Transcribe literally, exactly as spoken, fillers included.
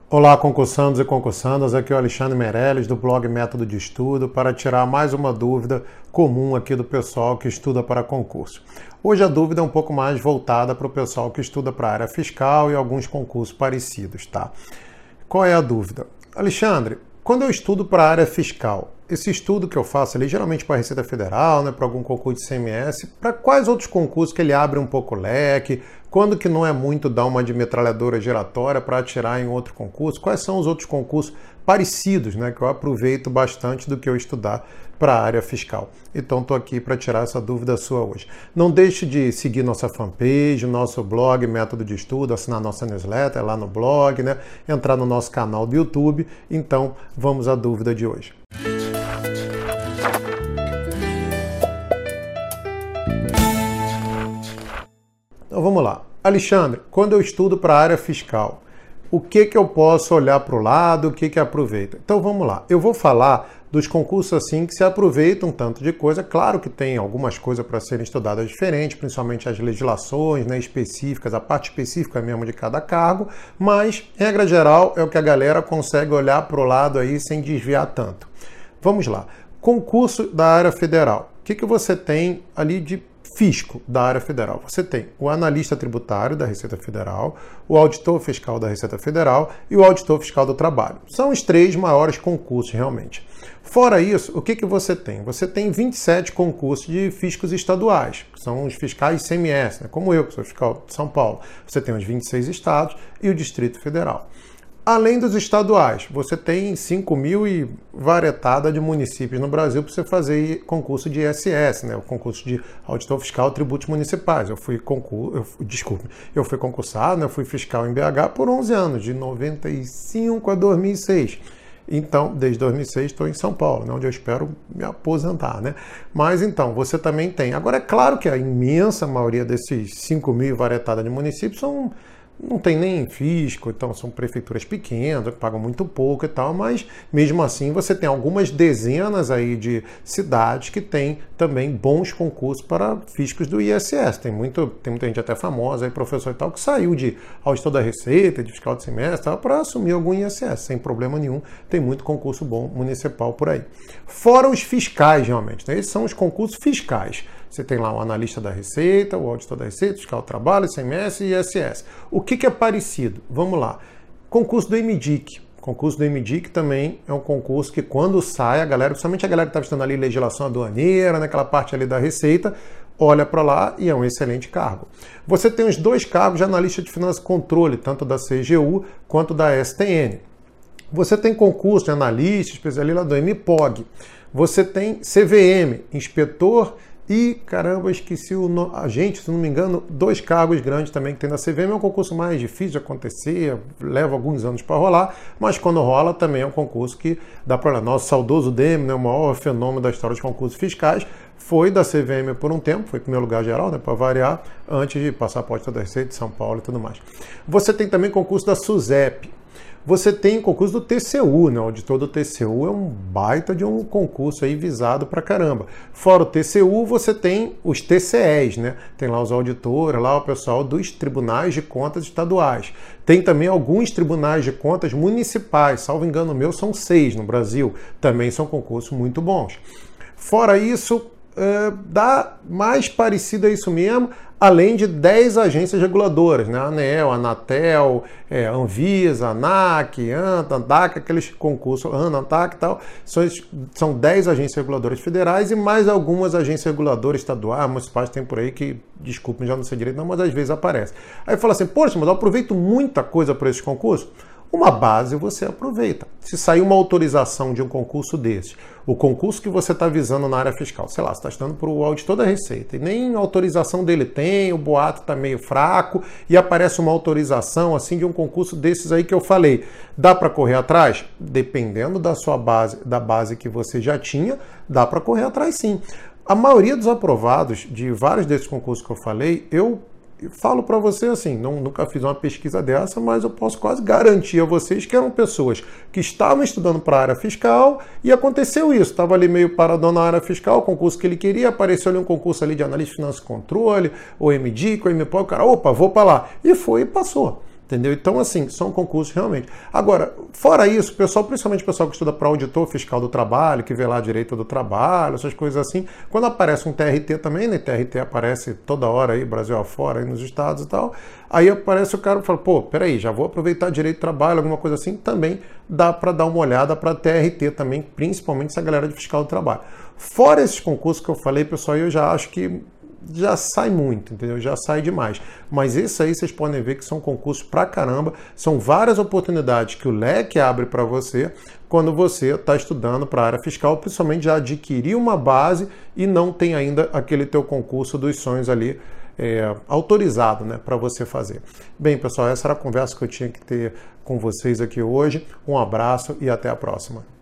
Olá, concursandos e concursandas, aqui é o Alexandre Meirelles do blog Método de Estudo para tirar mais uma dúvida comum aqui do pessoal que estuda para concurso. Hoje a dúvida é um pouco mais voltada para o pessoal que estuda para a área fiscal e alguns concursos parecidos, tá? Qual é a dúvida? Alexandre, quando eu estudo para a área fiscal, esse estudo que eu faço ali, geralmente para a Receita Federal, né, para algum concurso de I C M S, para quais outros concursos que ele abre um pouco o leque? Quando que não é muito dar uma de metralhadora giratória para atirar em outro concurso? Quais são os outros concursos parecidos, né, que eu aproveito bastante do que eu estudar para a área fiscal? Então estou aqui para tirar essa dúvida sua hoje. Não deixe de seguir nossa fanpage, nosso blog Método de Estudo, assinar nossa newsletter lá no blog, né, entrar no nosso canal do YouTube. Então vamos à dúvida de hoje. Então vamos lá. Alexandre, quando eu estudo para a área fiscal, o que que eu posso olhar para o lado, o que que aproveita? Então vamos lá. Eu vou falar dos concursos assim que se aproveitam um tanto de coisa. Claro que tem algumas coisas para serem estudadas diferentes, principalmente as legislações, né, específicas, a parte específica mesmo de cada cargo, mas, regra geral, é o que a galera consegue olhar para o lado aí sem desviar tanto. Vamos lá. Concurso da área federal. O que que você tem ali de fisco da área federal? Você tem o analista tributário da Receita Federal, o auditor fiscal da Receita Federal e o auditor fiscal do trabalho. São os três maiores concursos realmente. Fora isso, o que que você tem? Você tem vinte e sete concursos de fiscos estaduais, que são os fiscais I C M S, né? Como eu, que sou fiscal de São Paulo. Você tem os vinte e seis estados e o Distrito Federal. Além dos estaduais, você tem cinco mil e varetada de municípios no Brasil para você fazer concurso de I S S, né? O concurso de auditor fiscal tributos municipais. Eu fui concurso, eu fui, desculpe, eu fui concursado, né? Eu fui fiscal em B H por onze anos, de noventa e cinco a dois mil e seis. Então, desde dois mil e seis estou em São Paulo, né, onde eu espero me aposentar, né? Mas então, você também tem. Agora, é claro que a imensa maioria desses cinco mil e varetada de municípios são não tem nem fisco, então são prefeituras pequenas, que pagam muito pouco e tal, mas mesmo assim você tem algumas dezenas aí de cidades que têm também bons concursos para fiscos do I S S. Tem, muito, tem muita gente até famosa, aí, professor e tal, que saiu de auditor da Receita, de fiscal de semestre, para assumir algum I S S, sem problema nenhum. Tem muito concurso bom municipal por aí. Fora os fiscais, realmente, né? Esses são os concursos fiscais. Você tem lá o analista da Receita, o auditor da Receita, o fiscal do trabalho, I C M S e I S S. O que que é parecido? Vamos lá. Concurso do E M D I C. O concurso do E M D I C também é um concurso que quando sai, a galera, principalmente a galera que está estudando ali legislação aduaneira, naquela parte ali da Receita, olha para lá e é um excelente cargo. Você tem os dois cargos de analista de finanças e controle, tanto da C G U quanto da S T N. Você tem concurso de analista, especialista do M P O G. Você tem C V M, inspetor e, caramba, esqueci o nome, agente, se não me engano, dois cargos grandes também que tem na C V M. É um concurso mais difícil de acontecer, leva alguns anos para rolar, mas quando rola também é um concurso que dá para olhar. Nosso saudoso D M, né, o maior fenômeno da história dos concursos fiscais, foi da C V M por um tempo, foi em primeiro lugar geral, né, para variar, antes de passar para a auditor da Receita de São Paulo e tudo mais. Você tem também concurso da SUSEP. Você tem concurso do T C U, né? O auditor do T C U é um baita de um concurso aí visado pra caramba. Fora o T C U, você tem os T C Es, né? Tem lá os auditores, lá o pessoal dos tribunais de contas estaduais. Tem também alguns tribunais de contas municipais, salvo engano meu, são seis no Brasil. Também são concursos muito bons. Fora isso, é, dá mais parecido a isso mesmo, além de dez agências reguladoras, né? ANEEL, Anatel, é, Anvisa, ANAC, ANTA, ANTAC, aqueles concursos, ANA, ANTAC e tal, são, são dez agências reguladoras federais e mais algumas agências reguladoras estaduais, municipais, tem por aí que, desculpem, já não sei direito, não, mas às vezes aparece. Aí fala assim, poxa, mas eu aproveito muita coisa para esses concursos. Uma base você aproveita. Se sair uma autorização de um concurso desse, o concurso que você está visando na área fiscal, sei lá, você está estudando para o auditor da Receita e nem autorização dele tem, o boato está meio fraco e aparece uma autorização assim de um concurso desses aí que eu falei. Dá para correr atrás? Dependendo da sua base, da base que você já tinha, dá para correr atrás sim. A maioria dos aprovados de vários desses concursos que eu falei, eu Eu falo para você assim, não, nunca fiz uma pesquisa dessa, mas eu posso quase garantir a vocês que eram pessoas que estavam estudando para a área fiscal e aconteceu isso. Estava ali meio paradão na área fiscal, o concurso que ele queria, apareceu ali um concurso ali de analista de finanças e controle, o E M D I C, o M P O, o cara, opa, vou para lá. E foi e passou. Entendeu? Então, assim, são concursos realmente. Agora, fora isso, pessoal, principalmente o pessoal que estuda para auditor fiscal do trabalho, que vê lá direito do trabalho, essas coisas assim, quando aparece um T R T também, né? T R T aparece toda hora aí, Brasil afora, aí nos estados e tal, aí aparece o cara e fala, pô, peraí, já vou aproveitar direito do trabalho, alguma coisa assim, também dá para dar uma olhada para T R T também, principalmente essa galera de fiscal do trabalho. Fora esses concursos que eu falei, pessoal, eu já acho que já sai muito, entendeu? Já sai demais. Mas esse aí vocês podem ver que são concursos pra caramba, são várias oportunidades que o leque abre para você quando você está estudando para a área fiscal, principalmente já adquirir uma base e não tem ainda aquele teu concurso dos sonhos ali é, autorizado, né, para você fazer. Bem, pessoal, essa era a conversa que eu tinha que ter com vocês aqui hoje. Um abraço e até a próxima.